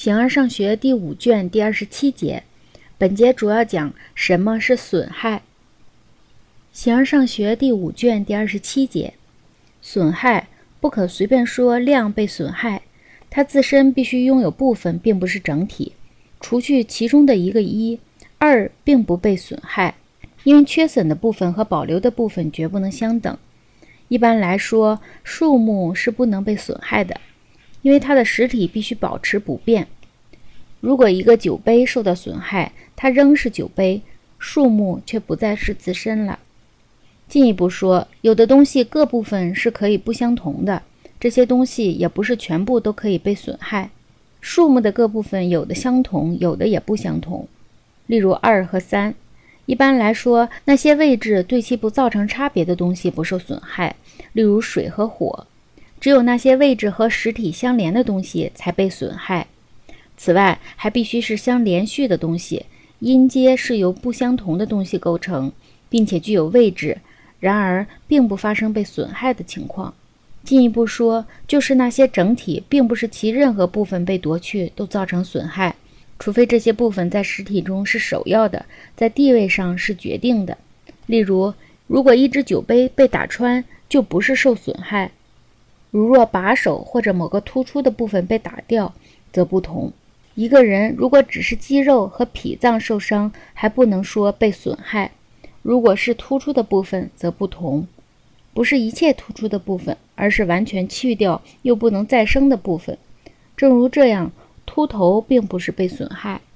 形而上学第5卷第27节，本节主要讲什么是损害。形而上学第5卷第27节，损害不可随便说量被损害，它自身必须拥有部分，并不是整体。除去其中的一个一，二并不被损害，因为缺损的部分和保留的部分绝不能相等。一般来说，数目是不能被损害的，因为它的实体必须保持不变。如果一个酒杯受到损害，它仍是酒杯，数目却不再是自身了。进一步说，有的东西各部分是可以不相同的，这些东西也不是全部都可以被损害。数目的各部分有的相同，有的也不相同。例如2和3，一般来说，那些位置对其不造成差别的东西不受损害，例如水和火。只有那些位置和实体相连的东西才被损害。此外，还必须是相连续的东西，音阶是由不相同的东西构成，并且具有位置，然而并不发生被损害的情况。进一步说，就是那些整体并不是其任何部分被夺去都造成损害，除非这些部分在实体中是首要的，在地位上是决定的。例如，如果一只酒杯被打穿，就不是受损害；如若把手或者某个突出的部分被打掉，则不同。一个人如果只是肌肉和脾脏受伤，还不能说被损害；如果是突出的部分，则不同。不是一切突出的部分，而是完全去掉又不能再生的部分。正如这样，秃头并不是被损害。